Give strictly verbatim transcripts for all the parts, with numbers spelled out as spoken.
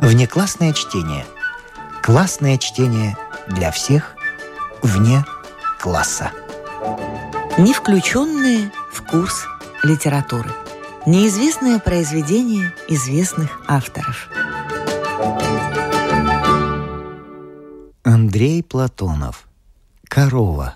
Внеклассное чтение. Классное чтение для всех вне класса. Не включенные в курс литературы. Неизвестные произведения известных авторов. Андрей Платонов. Корова.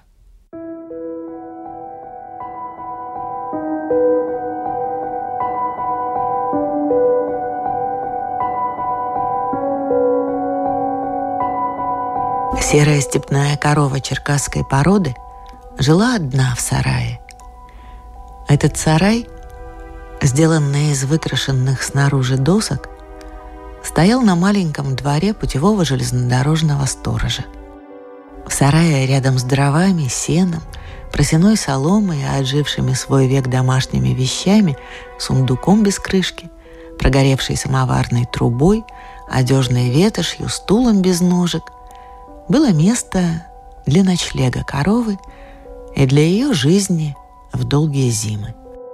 Серая степная корова черкасской породы жила одна в сарае. Этот сарай, сделанный из выкрашенных снаружи досок, стоял на маленьком дворе путевого железнодорожного сторожа. В сарае рядом с дровами, сеном, просеной соломой и отжившими свой век домашними вещами, сундуком без крышки, прогоревшей самоварной трубой, одежной ветошью, стулом без ножек, было место для ночлега коровы и для ее жизни в долгие зимы.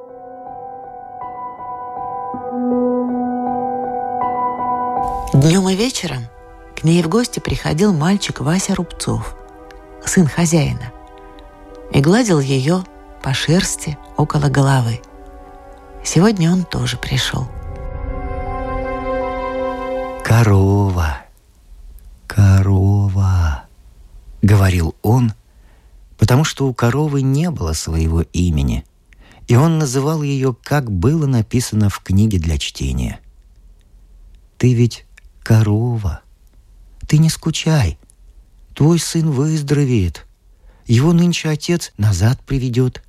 Днем и вечером к ней в гости приходил мальчик Вася Рубцов, сын хозяина, и гладил ее по шерсти около головы. Сегодня он тоже пришел. «Корова, корова», — говорил он, потому что у коровы не было своего имени, и он называл ее, как было написано в книге для чтения. «Ты ведь корова, ты не скучай, твой сын выздоровеет, его нынче отец назад приведет».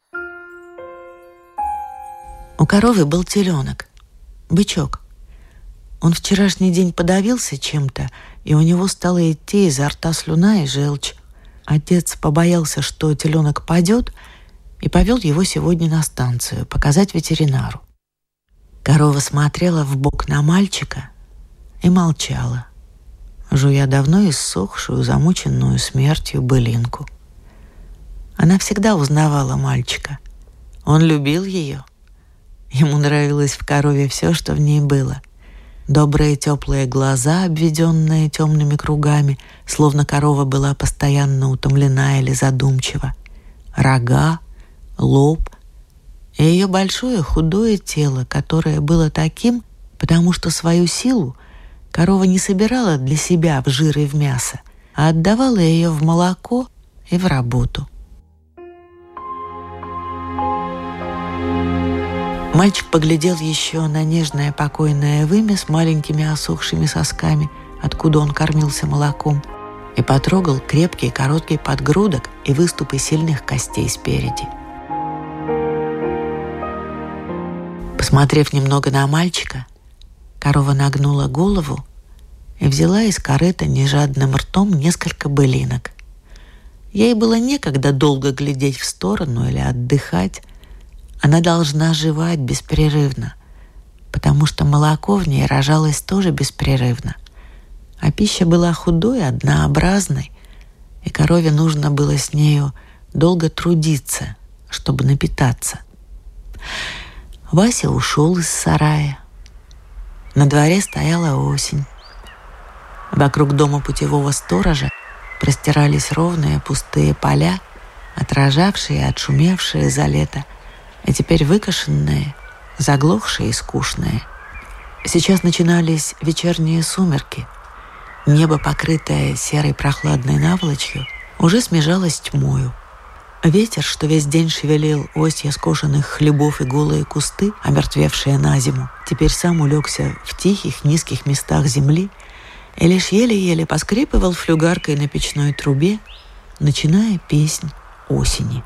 У коровы был теленок, бычок. Он вчерашний день подавился чем-то, и у него стала идти изо рта слюна и желчь. Отец побоялся, что теленок падет, и повел его сегодня на станцию показать ветеринару. Корова смотрела вбок на мальчика и молчала, жуя давно иссохшую, замученную смертью былинку. Она всегда узнавала мальчика. Он любил ее. Ему нравилось в корове все, что в ней было. Добрые теплые глаза, обведенные темными кругами, словно корова была постоянно утомлена или задумчива. Рога, лоб и ее большое худое тело, которое было таким, потому что свою силу корова не собирала для себя в жир и в мясо, а отдавала ее в молоко и в работу. Мальчик поглядел еще на нежное покойное вымя с маленькими осохшими сосками, откуда он кормился молоком, и потрогал крепкий короткий подгрудок и выступы сильных костей спереди. Посмотрев немного на мальчика, корова нагнула голову и взяла из корыта нежадным ртом несколько былинок. Ей было некогда долго глядеть в сторону или отдыхать. Она должна жевать беспрерывно, потому что молоко в ней рожалось тоже беспрерывно. А пища была худой, однообразной, и корове нужно было с нею долго трудиться, чтобы напитаться. Вася ушел из сарая. На дворе стояла осень. Вокруг дома путевого сторожа простирались ровные пустые поля, отражавшие и отшумевшие за лето, а теперь выкошенные, заглохшие и скучные. Сейчас начинались вечерние сумерки. Небо, покрытое серой прохладной наволочью, уже смежалось тьмою. Ветер, что весь день шевелил осья скошенных хлебов и голые кусты, омертвевшие на зиму, теперь сам улегся в тихих низких местах земли и лишь еле-еле поскрипывал флюгаркой на печной трубе, начиная песнь осени.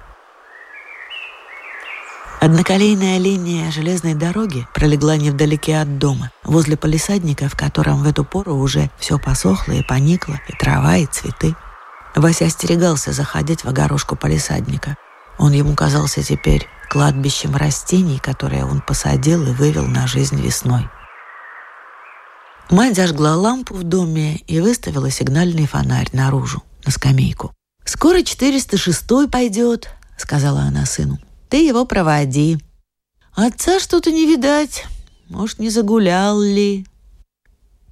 Одноколейная линия железной дороги пролегла невдалеке от дома, возле палисадника, в котором в эту пору уже все посохло и поникло, и трава, и цветы. Вася остерегался заходить в огорожку палисадника. Он ему казался теперь кладбищем растений, которые он посадил и вывел на жизнь весной. Мать зажгла лампу в доме и выставила сигнальный фонарь наружу, на скамейку. «Скоро четыреста шестой пойдет», — сказала она сыну. «Ты его проводи. Отца что-то не видать. Может, не загулял ли?»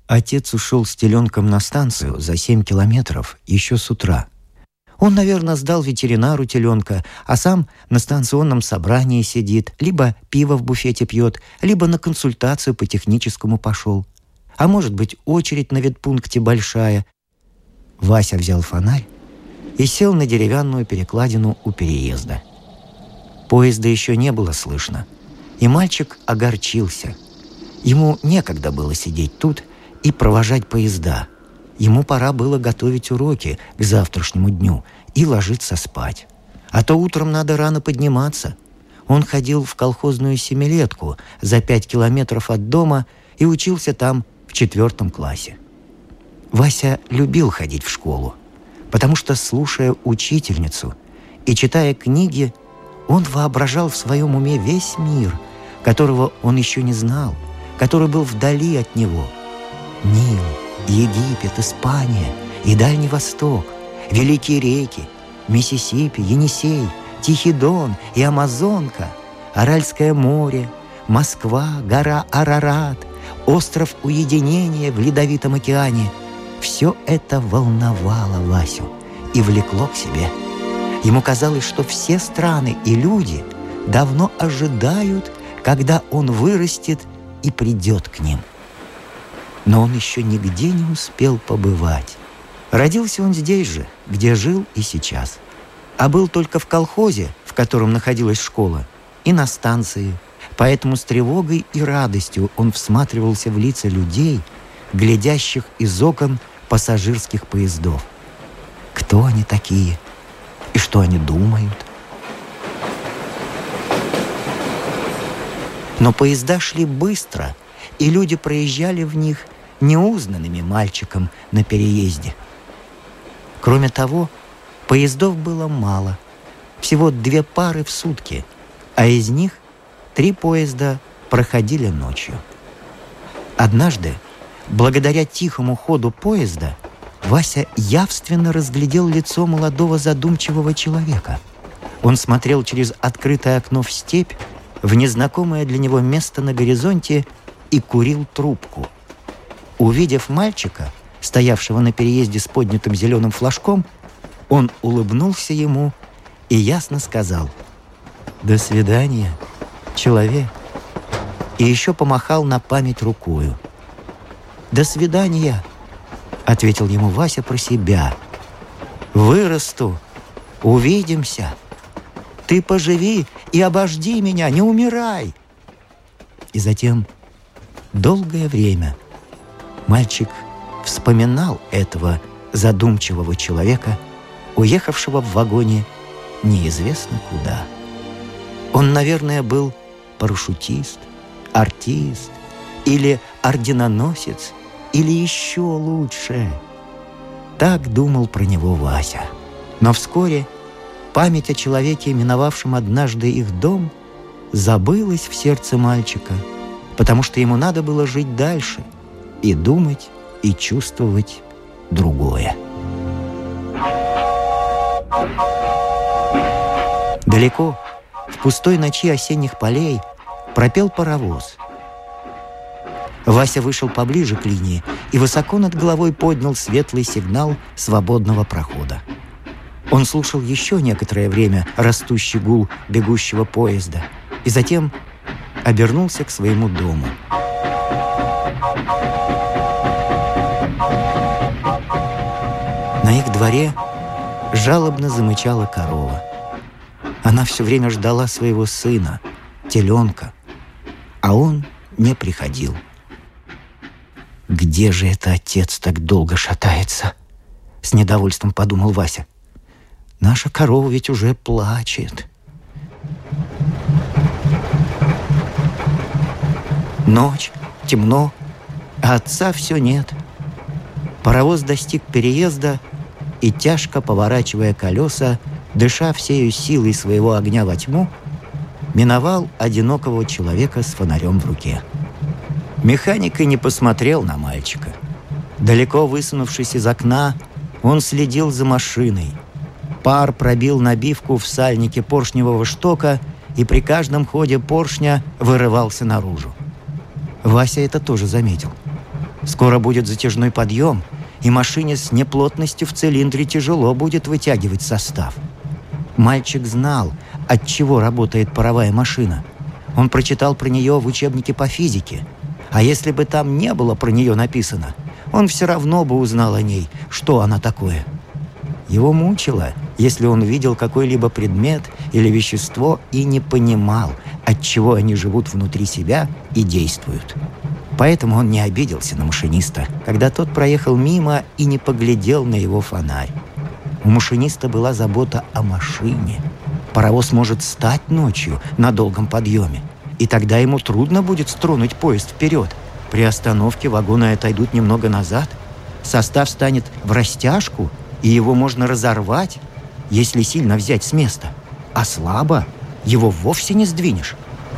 Отец ушел с теленком на станцию за семь километров еще с утра. Он, наверное, сдал ветеринару теленка, а сам на станционном собрании сидит, либо пиво в буфете пьет, либо на консультацию по техническому пошел. А может быть, очередь на ветпункте большая. Вася взял фонарь и сел на деревянную перекладину у переезда. Поезда еще не было слышно, и мальчик огорчился. Ему некогда было сидеть тут и провожать поезда. Ему пора было готовить уроки к завтрашнему дню и ложиться спать. А то утром надо рано подниматься. Он ходил в колхозную семилетку за пять километров от дома и учился там в четвертом классе. Вася любил ходить в школу, потому что, слушая учительницу и читая книги, он воображал в своем уме весь мир, которого он еще не знал, который был вдали от него. Нил, Египет, Испания и Дальний Восток, великие реки, Миссисипи, Енисей, Тихий Дон и Амазонка, Аральское море, Москва, гора Арарат, остров Уединения в Ледовитом океане. Все это волновало Васю и влекло к себе. Ему казалось, что все страны и люди давно ожидают, когда он вырастет и придет к ним. Но он еще нигде не успел побывать. Родился он здесь же, где жил и сейчас. А был только в колхозе, в котором находилась школа, и на станции. Поэтому с тревогой и радостью он всматривался в лица людей, глядящих из окон пассажирских поездов. Кто они такие? И что они думают? Но поезда шли быстро, и люди проезжали в них неузнанными мальчиком на переезде. Кроме того, поездов было мало, всего две пары в сутки, а из них три поезда проходили ночью. Однажды, благодаря тихому ходу поезда, Вася явственно разглядел лицо молодого задумчивого человека. Он смотрел через открытое окно в степь, в незнакомое для него место на горизонте, и курил трубку. Увидев мальчика, стоявшего на переезде с поднятым зеленым флажком, он улыбнулся ему и ясно сказал: «До свидания, человек», и еще помахал на память рукою. «До свидания», — ответил ему Вася про себя. «Вырасту, увидимся. Ты поживи и обожди меня, не умирай». И затем долгое время мальчик вспоминал этого задумчивого человека, уехавшего в вагоне неизвестно куда. Он, наверное, был парашютист, артист или орденоносец, или еще лучше. Так думал про него Вася. Но вскоре память о человеке, миновавшем однажды их дом, забылась в сердце мальчика, потому что ему надо было жить дальше и думать, и чувствовать другое. Далеко, в пустой ночи осенних полей, пропел паровоз. Вася вышел поближе к линии и высоко над головой поднял светлый сигнал свободного прохода. Он слушал еще некоторое время растущий гул бегущего поезда и затем обернулся к своему дому. На их дворе жалобно замычала корова. Она все время ждала своего сына, теленка, а он не приходил. «Где же это отец так долго шатается?» — с недовольством подумал Вася. «Наша корова ведь уже плачет». Ночь, темно, а отца все нет. Паровоз достиг переезда и, тяжко поворачивая колеса, дыша всею силой своего огня во тьму, миновал одинокого человека с фонарем в руке. Механик и не посмотрел на мальчика. Далеко высунувшись из окна, он следил за машиной. Пар пробил набивку в сальнике поршневого штока и при каждом ходе поршня вырывался наружу. Вася это тоже заметил. Скоро будет затяжной подъем, и машине с неплотностью в цилиндре тяжело будет вытягивать состав. Мальчик знал, от чего работает паровая машина. Он прочитал про нее в учебнике по физике. А если бы там не было про нее написано, он все равно бы узнал о ней, что она такое. Его мучило, если он видел какой-либо предмет или вещество и не понимал, от чего они живут внутри себя и действуют. Поэтому он не обиделся на машиниста, когда тот проехал мимо и не поглядел на его фонарь. У машиниста была забота о машине. Паровоз может встать ночью на долгом подъеме, и тогда ему трудно будет стронуть поезд вперед. При остановке вагоны отойдут немного назад, состав станет в растяжку, и его можно разорвать, если сильно взять с места. А слабо его вовсе не сдвинешь.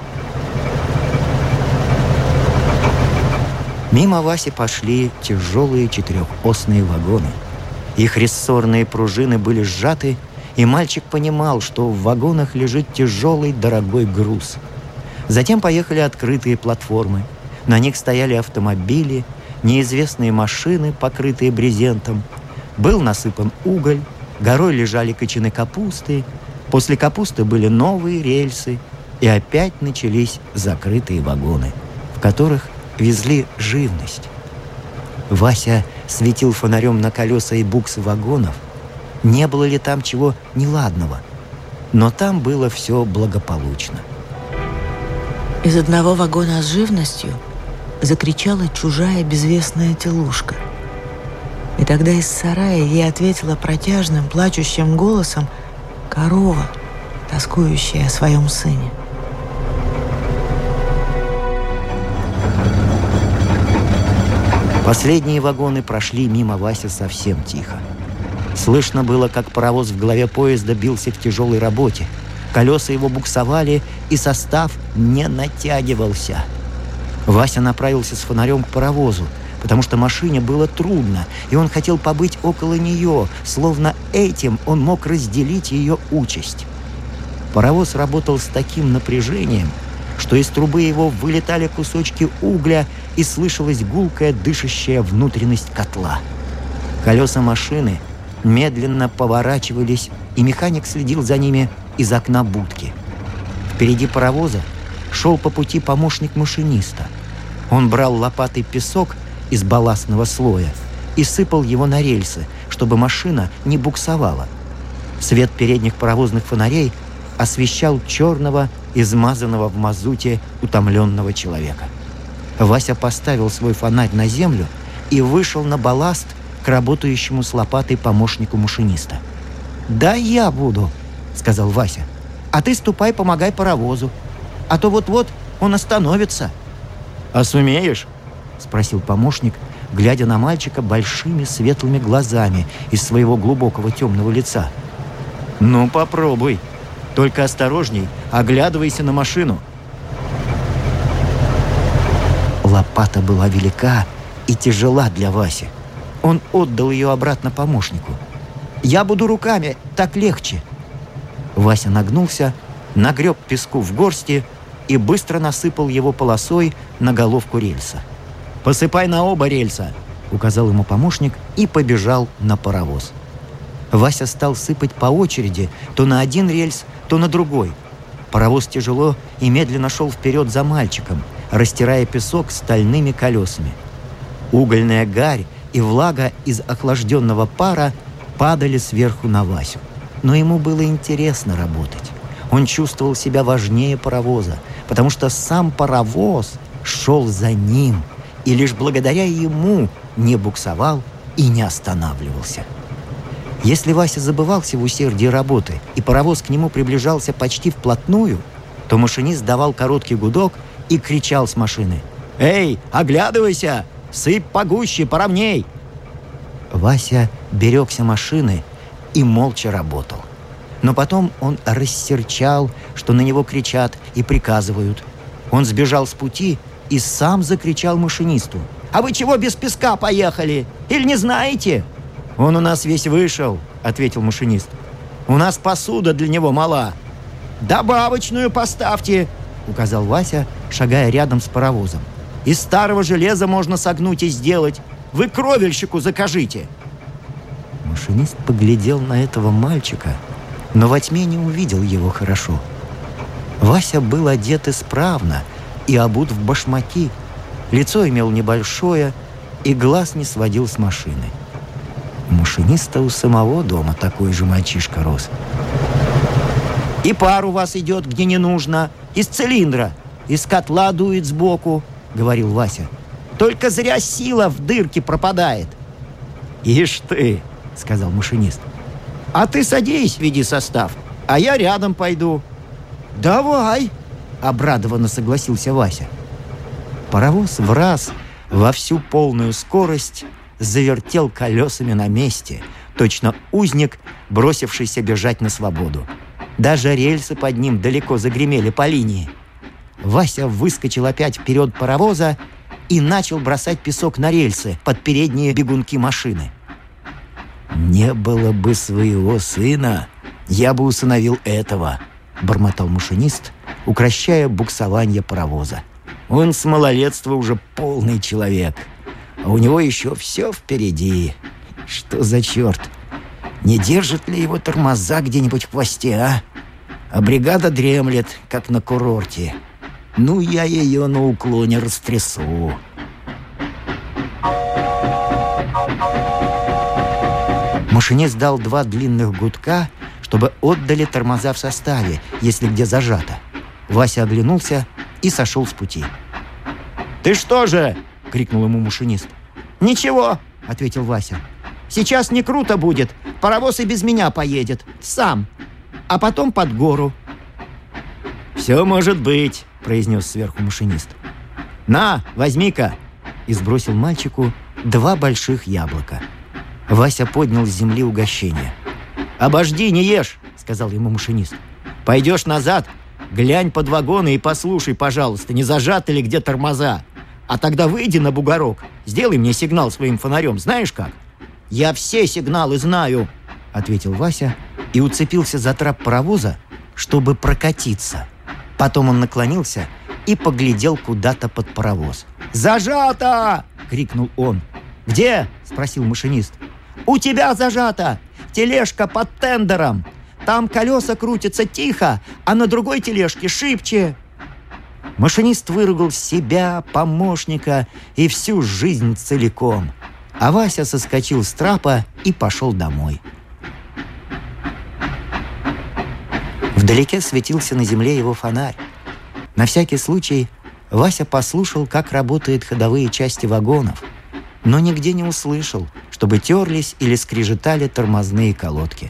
Мимо Васи пошли тяжелые четырехосные вагоны. Их рессорные пружины были сжаты, и мальчик понимал, что в вагонах лежит тяжелый дорогой груз. Затем поехали открытые платформы. На них стояли автомобили, неизвестные машины, покрытые брезентом. Был насыпан уголь, горой лежали кочаны капусты. После капусты были новые рельсы, и опять начались закрытые вагоны, в которых везли живность. Вася светил фонарем на колеса и буксы вагонов. Не было ли там чего неладного? Но там было все благополучно. Из одного вагона с живностью закричала чужая безвестная телушка. И тогда из сарая ей ответила протяжным, плачущим голосом корова, тоскующая о своем сыне. Последние вагоны прошли мимо Васи совсем тихо. Слышно было, как паровоз в голове поезда бился в тяжелой работе. Колеса его буксовали, и состав не натягивался. Вася направился с фонарем к паровозу, потому что машине было трудно, и он хотел побыть около нее, словно этим он мог разделить ее участь. Паровоз работал с таким напряжением, что из трубы его вылетали кусочки угля, и слышалась гулкая дышащая внутренность котла. Колеса машины медленно поворачивались, и механик следил за ними из окна будки. Впереди паровоза шел по пути помощник машиниста. Он брал лопатой песок из балластного слоя и сыпал его на рельсы, чтобы машина не буксовала. Свет передних паровозных фонарей освещал черного, измазанного в мазуте утомленного человека. Вася поставил свой фонарь на землю и вышел на балласт к работающему с лопатой помощнику машиниста. «Да я буду», — сказал Вася. «А ты ступай, помогай паровозу, а то вот-вот он остановится». «А сумеешь?» — спросил помощник, глядя на мальчика большими светлыми глазами из своего глубокого темного лица. «Ну, попробуй. Только осторожней, оглядывайся на машину». Лопата была велика и тяжела для Васи. Он отдал ее обратно помощнику. «Я буду руками, так легче». Вася нагнулся, нагреб песку в горсти и быстро насыпал его полосой на головку рельса. «Посыпай на оба рельса», — указал ему помощник и побежал на паровоз. Вася стал сыпать по очереди то на один рельс, то на другой. Паровоз тяжело и медленно шел вперед за мальчиком, растирая песок стальными колесами. Угольная гарь и влага из охлажденного пара падали сверху на Васю. Но ему было интересно работать. Он чувствовал себя важнее паровоза, потому что сам паровоз шел за ним и лишь благодаря ему не буксовал и не останавливался. Если Вася забывался в усердии работы, и паровоз к нему приближался почти вплотную, то машинист давал короткий гудок и кричал с машины: «Эй, оглядывайся! Сыпь погуще, поровней!» Вася берегся машины и молча работал. Но потом он рассерчал, что на него кричат и приказывают. Он сбежал с пути и сам закричал машинисту: «А вы чего без песка поехали? Или не знаете?» «Он у нас весь вышел», — ответил машинист. «У нас посуда для него мала». «Добавочную поставьте», — указал Вася, шагая рядом с паровозом. Из старого железа можно согнуть и сделать. Вы кровельщику закажите». Машинист поглядел на этого мальчика, но во тьме не увидел его хорошо. Вася был одет исправно и обут в башмаки. Лицо имел небольшое, и глаз не сводил с машины. У машиниста у самого дома такой же мальчишка рос. «И пар у вас идет, где не нужно, из цилиндра, из котла дует сбоку», — говорил Вася. «Только зря сила в дырке пропадает». «Ишь ты», — сказал машинист. «А ты садись, веди состав, а я рядом пойду». «Давай», — обрадованно согласился Вася. Паровоз в раз во всю полную скорость завертел колесами на месте, точно узник, бросившийся бежать на свободу. Даже рельсы под ним далеко загремели по линии. Вася выскочил опять вперед паровоза и начал бросать песок на рельсы под передние бегунки машины. «Не было бы своего сына, я бы усыновил этого», — бормотал машинист, укрощая буксование паровоза. «Он с малолетства уже полный человек, а у него еще все впереди. Что за черт? Не держат ли его тормоза где-нибудь в хвосте, а? А бригада дремлет, как на курорте. Ну, я ее на уклоне растрясу». Машинист дал два длинных гудка, чтобы отдали тормоза в составе, если где зажато. Вася оглянулся и сошел с пути. «Ты что же?» — крикнул ему машинист. «Ничего», — ответил Вася. «Сейчас не круто будет. Паровоз и без меня поедет. Сам. А потом под гору». «Все может быть», — произнес сверху машинист. «На, возьми-ка!» И сбросил мальчику два больших яблока. Вася поднял с земли угощение. «Обожди, не ешь», — сказал ему машинист. «Пойдешь назад, глянь под вагоны и послушай, пожалуйста, не зажаты ли где тормоза. А тогда выйди на бугорок, сделай мне сигнал своим фонарем, знаешь как?» «Я все сигналы знаю», — ответил Вася и уцепился за трап паровоза, чтобы прокатиться. Потом он наклонился и поглядел куда-то под паровоз. «Зажато!» — крикнул он. «Где?» — спросил машинист. «У тебя зажато! Тележка под тендером! Там колеса крутятся тихо, а на другой тележке шибче!» Машинист выругал себя, помощника и всю жизнь целиком. А Вася соскочил с трапа и пошел домой. Вдалеке светился на земле его фонарь. На всякий случай Вася послушал, как работают ходовые части вагонов, но нигде не услышал, чтобы терлись или скрежетали тормозные колодки.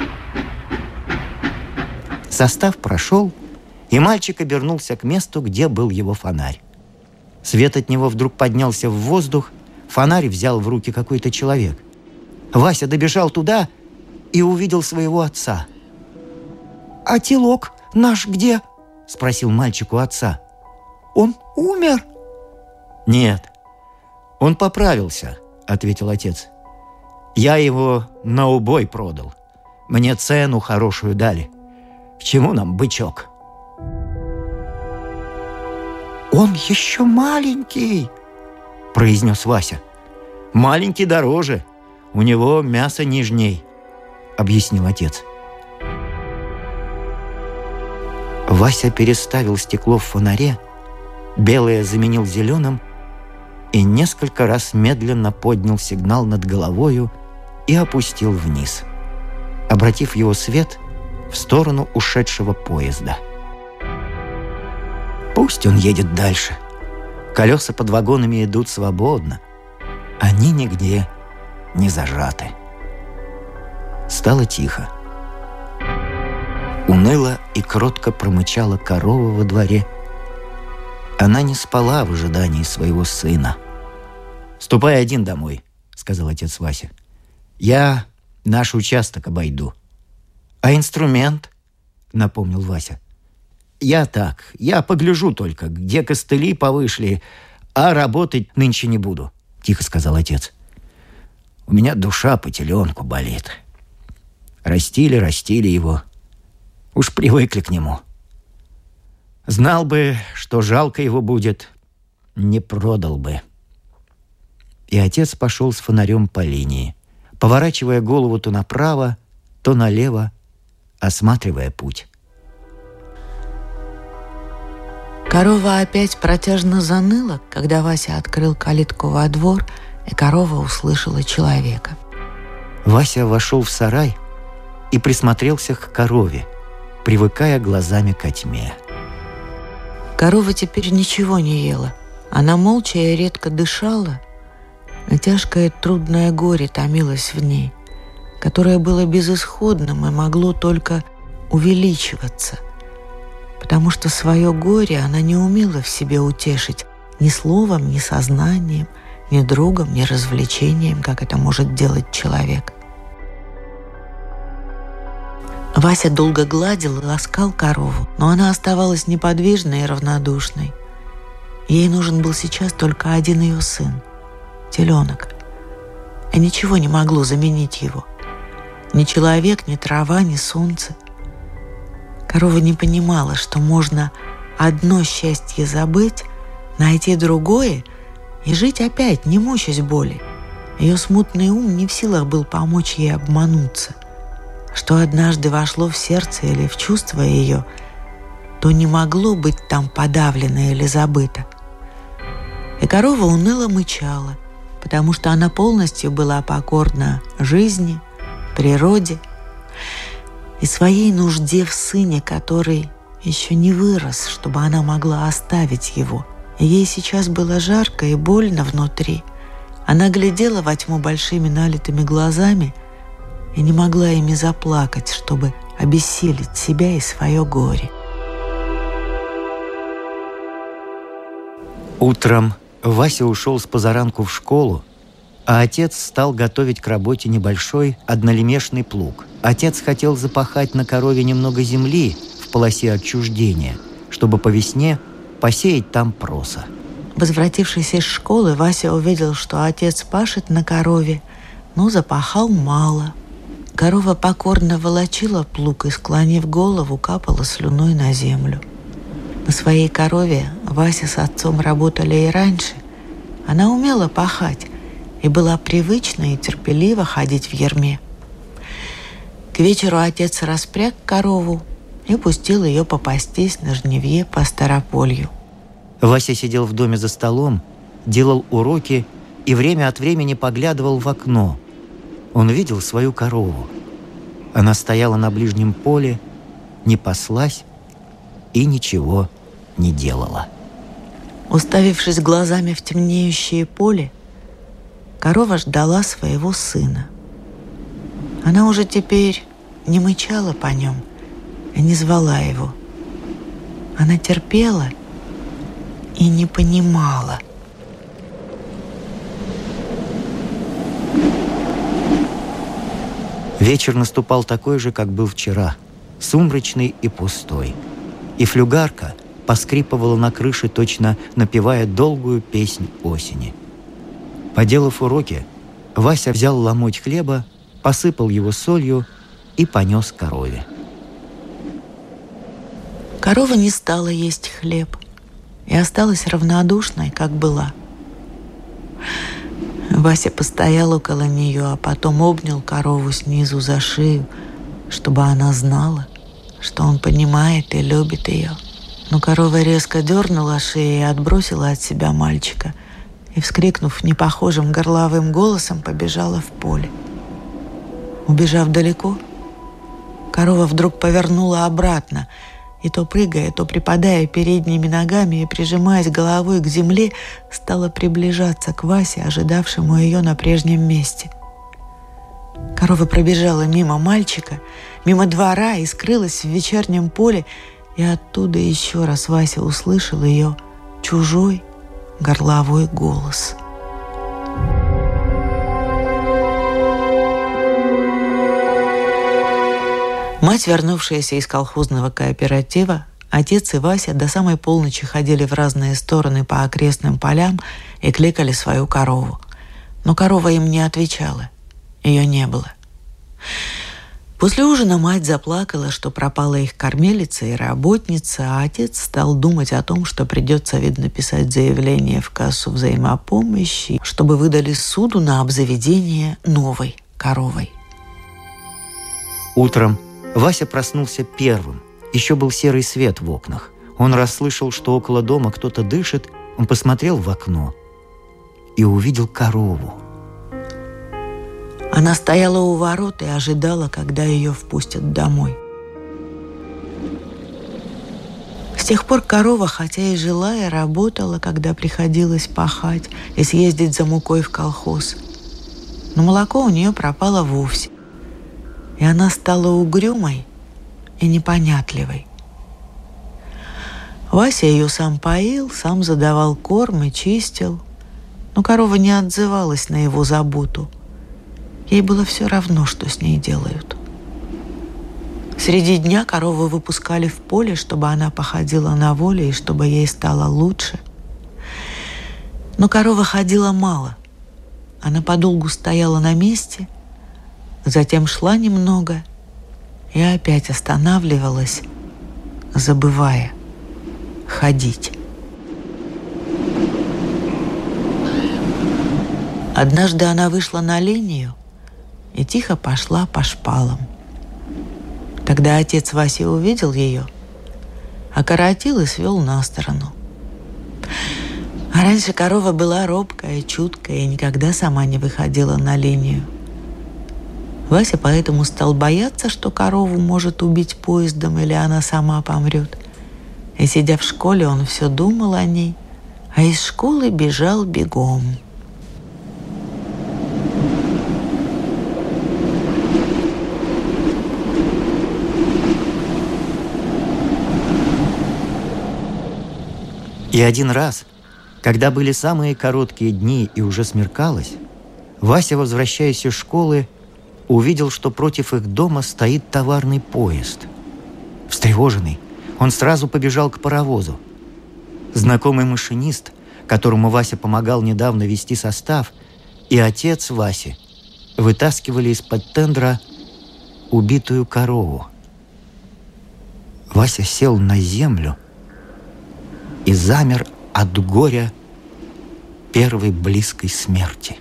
Состав прошел, и мальчик обернулся к месту, где был его фонарь. Свет от него вдруг поднялся в воздух, фонарь взял в руки какой-то человек. Вася добежал туда и увидел своего отца. «А телок наш где?» — спросил мальчик у отца. «Он умер?» «Нет, он поправился», — ответил отец. «Я его на убой продал. Мне цену хорошую дали. К чему нам бычок?» «Он еще маленький», — произнес Вася. «Маленький дороже. У него мясо нежней», — объяснил отец. Вася переставил стекло в фонаре, белое заменил зеленым и несколько раз медленно поднял сигнал над головою и опустил вниз, обратив его свет в сторону ушедшего поезда. Пусть он едет дальше. Колеса под вагонами идут свободно. Они нигде не зажаты. Стало тихо. Уныло и кротко промычала корова во дворе. Она не спала в ожидании своего сына. «Ступай один домой», — сказал отец Вася. «Я наш участок обойду». «А инструмент?» — напомнил Вася. «Я так, я погляжу только, где костыли повышли, а работать нынче не буду», — тихо сказал отец. «У меня душа по теленку болит. Растили, растили его. Уж привыкли к нему. Знал бы, что жалко его будет, не продал бы». И отец пошел с фонарем по линии, поворачивая голову то направо, то налево, осматривая путь. Корова опять протяжно заныла, когда Вася открыл калитку во двор, и корова услышала человека. Вася вошел в сарай и присмотрелся к корове, привыкая глазами ко тьме. Корова теперь ничего не ела. Она молча и редко дышала, и тяжкое трудное горе томилось в ней, которое было безысходным и могло только увеличиваться, потому что свое горе она не умела в себе утешить ни словом, ни сознанием, ни другом, ни развлечением, как это может делать человек. Вася долго гладил и ласкал корову, но она оставалась неподвижной и равнодушной. Ей нужен был сейчас только один ее сын — теленок. И ничего не могло заменить его. Ни человек, ни трава, ни солнце. Корова не понимала, что можно одно счастье забыть, найти другое и жить опять, не мучаясь боли. Ее смутный ум не в силах был помочь ей обмануться. Что однажды вошло в сердце или в чувство ее, то не могло быть там подавлено или забыто. И корова уныло мычала, потому что она полностью была покорна жизни, природе и своей нужде в сыне, который еще не вырос, чтобы она могла оставить его. И ей сейчас было жарко и больно внутри. Она глядела во тьму большими налитыми глазами и не могла ими заплакать, чтобы обессилить себя и свое горе. Утром Вася ушел с позаранку в школу, а отец стал готовить к работе небольшой однолемешный плуг. Отец хотел запахать на корове немного земли в полосе отчуждения, чтобы по весне посеять там проса. Возвратившись из школы, Вася увидел, что отец пашет на корове, но запахал мало. Корова покорно волочила плуг и, склонив голову, капала слюной на землю. На своей корове Вася с отцом работали и раньше. Она умела пахать и была привычна и терпеливо ходить в ярме. К вечеру отец распряг корову и пустил ее попастись на жнивье по Старополью. Вася сидел в доме за столом, делал уроки и время от времени поглядывал в окно. Он видел свою корову. Она стояла на ближнем поле, не паслась и ничего не делала. Уставившись глазами в темнеющее поле, корова ждала своего сына. Она уже теперь не мычала по нем и не звала его. Она терпела и не понимала. Вечер наступал такой же, как был вчера, сумрачный и пустой. И флюгарка поскрипывала на крыше, точно напевая долгую песнь осени. Поделав уроки, Вася взял ломоть хлеба, посыпал его солью и понес корове. Корова не стала есть хлеб и осталась равнодушной, как была. Вася постоял около нее, а потом обнял корову снизу за шею, чтобы она знала, что он понимает и любит ее. Но корова резко дернула шею и отбросила от себя мальчика, и, вскрикнув непохожим горловым голосом, побежала в поле. Убежав далеко, корова вдруг повернула обратно, и то прыгая, то припадая передними ногами и прижимаясь головой к земле, стала приближаться к Васе, ожидавшему ее на прежнем месте. Корова пробежала мимо мальчика, мимо двора и скрылась в вечернем поле, и оттуда еще раз Вася услышал ее чужой горловой голос. Мать, вернувшаяся из колхозного кооператива, отец и Вася до самой полночи ходили в разные стороны по окрестным полям и кликали свою корову. Но корова им не отвечала. Ее не было. После ужина мать заплакала, что пропала их кормилица и работница, а отец стал думать о том, что придется, видно, писать заявление в кассу взаимопомощи, чтобы выдали суду на обзаведение новой коровой. Утром Вася проснулся первым. Еще был серый свет в окнах. Он расслышал, что около дома кто-то дышит. Он посмотрел в окно и увидел корову. Она стояла у ворот и ожидала, когда ее впустят домой. С тех пор корова, хотя и жила, и работала, когда приходилось пахать и съездить за мукой в колхоз. Но молоко у нее пропало вовсе. И она стала угрюмой и непонятливой. Вася ее сам поил, сам задавал корм и чистил. Но корова не отзывалась на его заботу. Ей было все равно, что с ней делают. Среди дня корову выпускали в поле, чтобы она походила на воле и чтобы ей стало лучше. Но корова ходила мало. Она подолгу стояла на месте, затем шла немного и опять останавливалась, забывая ходить. Однажды она вышла на линию и тихо пошла по шпалам. Тогда отец Васи увидел ее, окоротил и свел на сторону. А раньше корова была робкая, чуткая и никогда сама не выходила на линию. Вася поэтому стал бояться, что корову может убить поездом или она сама помрет. И, сидя в школе, он все думал о ней, а из школы бежал бегом. И один раз, когда были самые короткие дни и уже смеркалось, Вася, возвращаясь из школы, увидел, что против их дома стоит товарный поезд. Встревоженный, он сразу побежал к паровозу. Знакомый машинист, которому Вася помогал недавно вести состав, и отец Васи вытаскивали из-под тендера убитую корову. Вася сел на землю и замер от горя первой близкой смерти.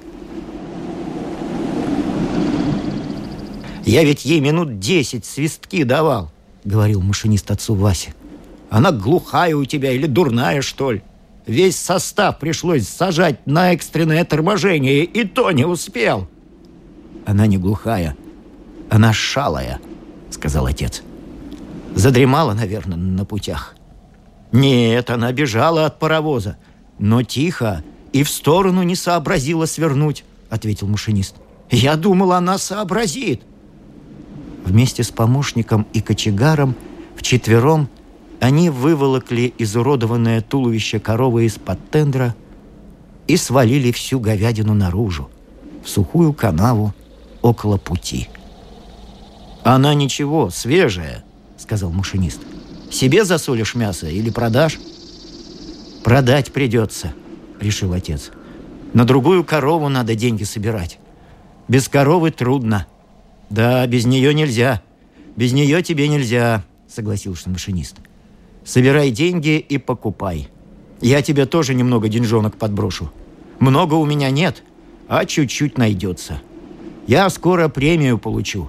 «Я ведь ей минут десять свистки давал», — говорил машинист отцу Васе. «Она глухая у тебя или дурная, что ли? Весь состав пришлось сажать на экстренное торможение, и то не успел». «Она не глухая, она шалая», — сказал отец. «Задремала, наверное, на путях». «Нет, она бежала от паровоза, но тихо и в сторону не сообразила свернуть», — ответил машинист. «Я думал, она сообразит». Вместе с помощником и кочегаром вчетвером они выволокли изуродованное туловище коровы из-под тендера и свалили всю говядину наружу, в сухую канаву около пути. «Она ничего, свежая», — сказал машинист. «Себе засолишь мясо или продашь?» «Продать придется», — решил отец. «На другую корову надо деньги собирать. Без коровы трудно». «Да, без нее нельзя. Без нее тебе нельзя», — согласился машинист. «Собирай деньги и покупай. Я тебе тоже немного деньжонок подброшу. Много у меня нет, а чуть-чуть найдется. Я скоро премию получу».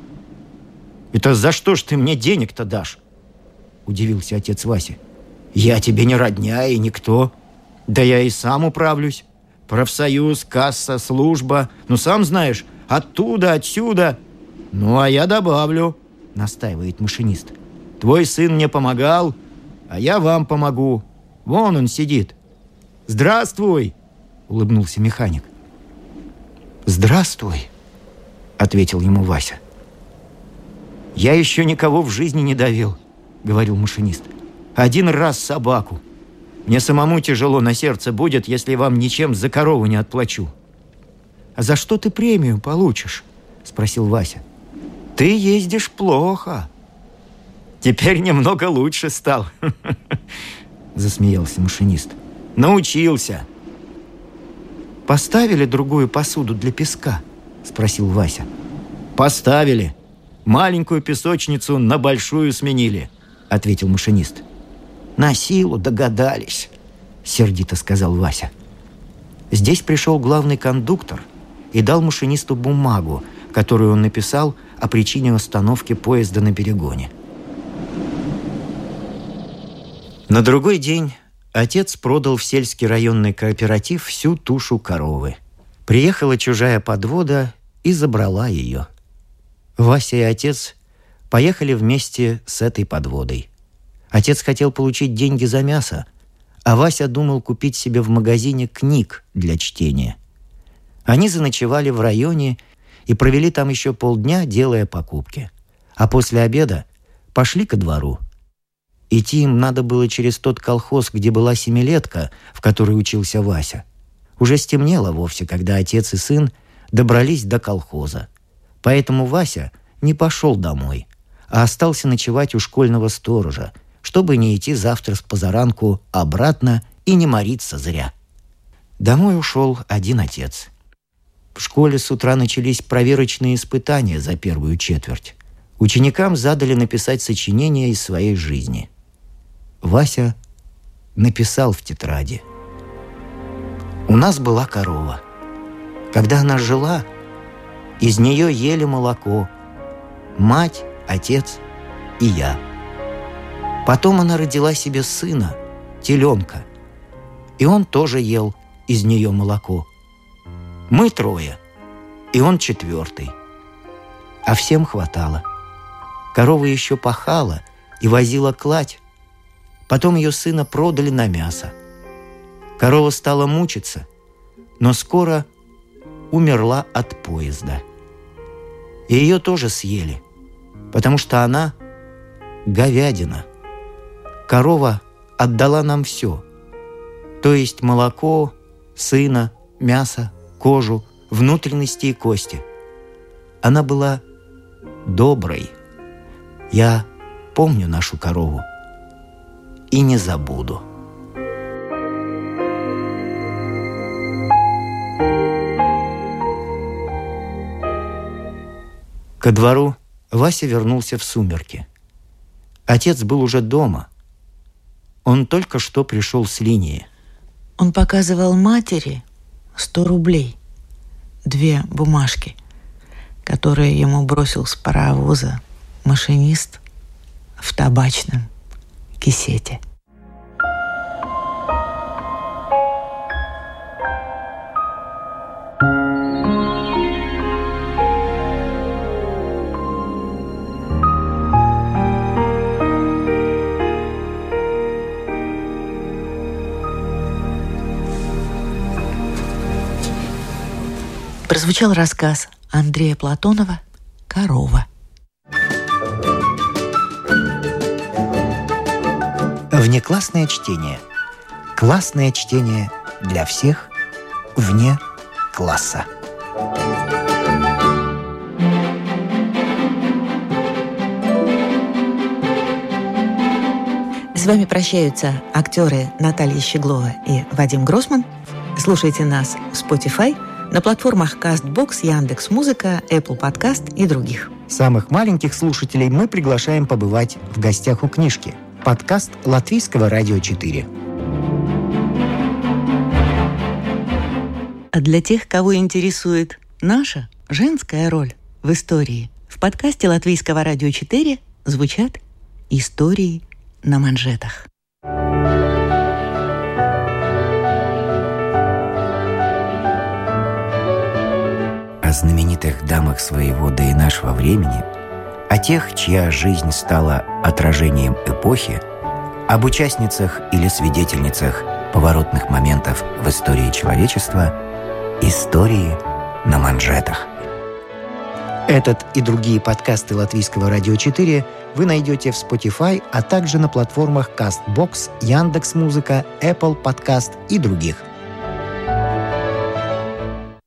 «Это за что ж ты мне денег-то дашь?» — удивился отец Васи. «Я тебе не родня и никто. Да я и сам управлюсь. Профсоюз, касса, служба. Ну, сам знаешь, оттуда, отсюда. Ну, а я добавлю», — настаивает машинист. «Твой сын мне помогал, а я вам помогу. Вон он сидит». «Здравствуй», — улыбнулся механик. «Здравствуй», — ответил ему Вася. «Я еще никого в жизни не давил», — говорил машинист. «Один раз собаку. Мне самому тяжело на сердце будет, если вам ничем за корову не отплачу». «А за что ты премию получишь?» — спросил Вася. «Ты ездишь плохо». «Теперь немного лучше стал», — засмеялся машинист. «Научился». «Поставили другую посуду для песка?» — спросил Вася. «Поставили. Маленькую песочницу на большую сменили», — ответил машинист. «На силу догадались», — сердито сказал Вася. Здесь пришел главный кондуктор и дал машинисту бумагу, которую он написал о причине остановки поезда на перегоне. На другой день отец продал в сельский районный кооператив всю тушу коровы. Приехала чужая подвода и забрала ее. Вася и отец поехали вместе с этой подводой. Отец хотел получить деньги за мясо, а Вася думал купить себе в магазине книг для чтения. Они заночевали в районе и провели там еще полдня, делая покупки. А после обеда пошли ко двору. Идти им надо было через тот колхоз, где была семилетка, в которой учился Вася. Уже стемнело вовсе, когда отец и сын добрались до колхоза. Поэтому Вася не пошел домой, а остался ночевать у школьного сторожа, чтобы не идти завтра с позаранку обратно и не мориться зря. Домой ушел один отец. В школе с утра начались проверочные испытания за первую четверть. Ученикам задали написать сочинение из своей жизни. Вася написал в тетради: «У нас была корова. Когда она жила, из нее ели молоко. Мать, отец и я. Потом она родила себе сына, теленка, и он тоже ел из нее молоко. Мы трое, и он четвертый. А всем хватало. Корова еще пахала и возила кладь. Потом ее сына продали на мясо. Корова стала мучиться, но скоро умерла от поезда. И ее тоже съели, потому что она говядина. Корова отдала нам все, то есть молоко, сына, мясо, кожу, внутренности и кости. Она была доброй. Я помню нашу корову и не забуду». Ко двору Вася вернулся в сумерки. Отец был уже дома. Он только что пришел с линии. Он показывал матери сто рублей, две бумажки, которые ему бросил с паровоза машинист в табачном кисете. Прозвучал рассказ Андрея Платонова «Корова». Внеклассное чтение. Классное чтение для всех вне класса. С вами прощаются актеры Наталья Щеглова и Вадим Гроссман. Слушайте нас в Spotify, на платформах CastBox, Яндекс.Музыка, Apple Podcast и других. Самых маленьких слушателей мы приглашаем побывать в гостях у книжки. Подкаст Латвийского радио четыре. А для тех, кого интересует наша женская роль в истории, в подкасте Латвийского радио четыре звучат истории на манжетах. О знаменитых дамах своего да и нашего времени, о тех, чья жизнь стала отражением эпохи, об участницах или свидетельницах поворотных моментов в истории человечества, истории на манжетах. Этот и другие подкасты Латвийского радио четыре вы найдете в Spotify, а также на платформах CastBox, Яндекс.Музыка, Apple Podcast и других.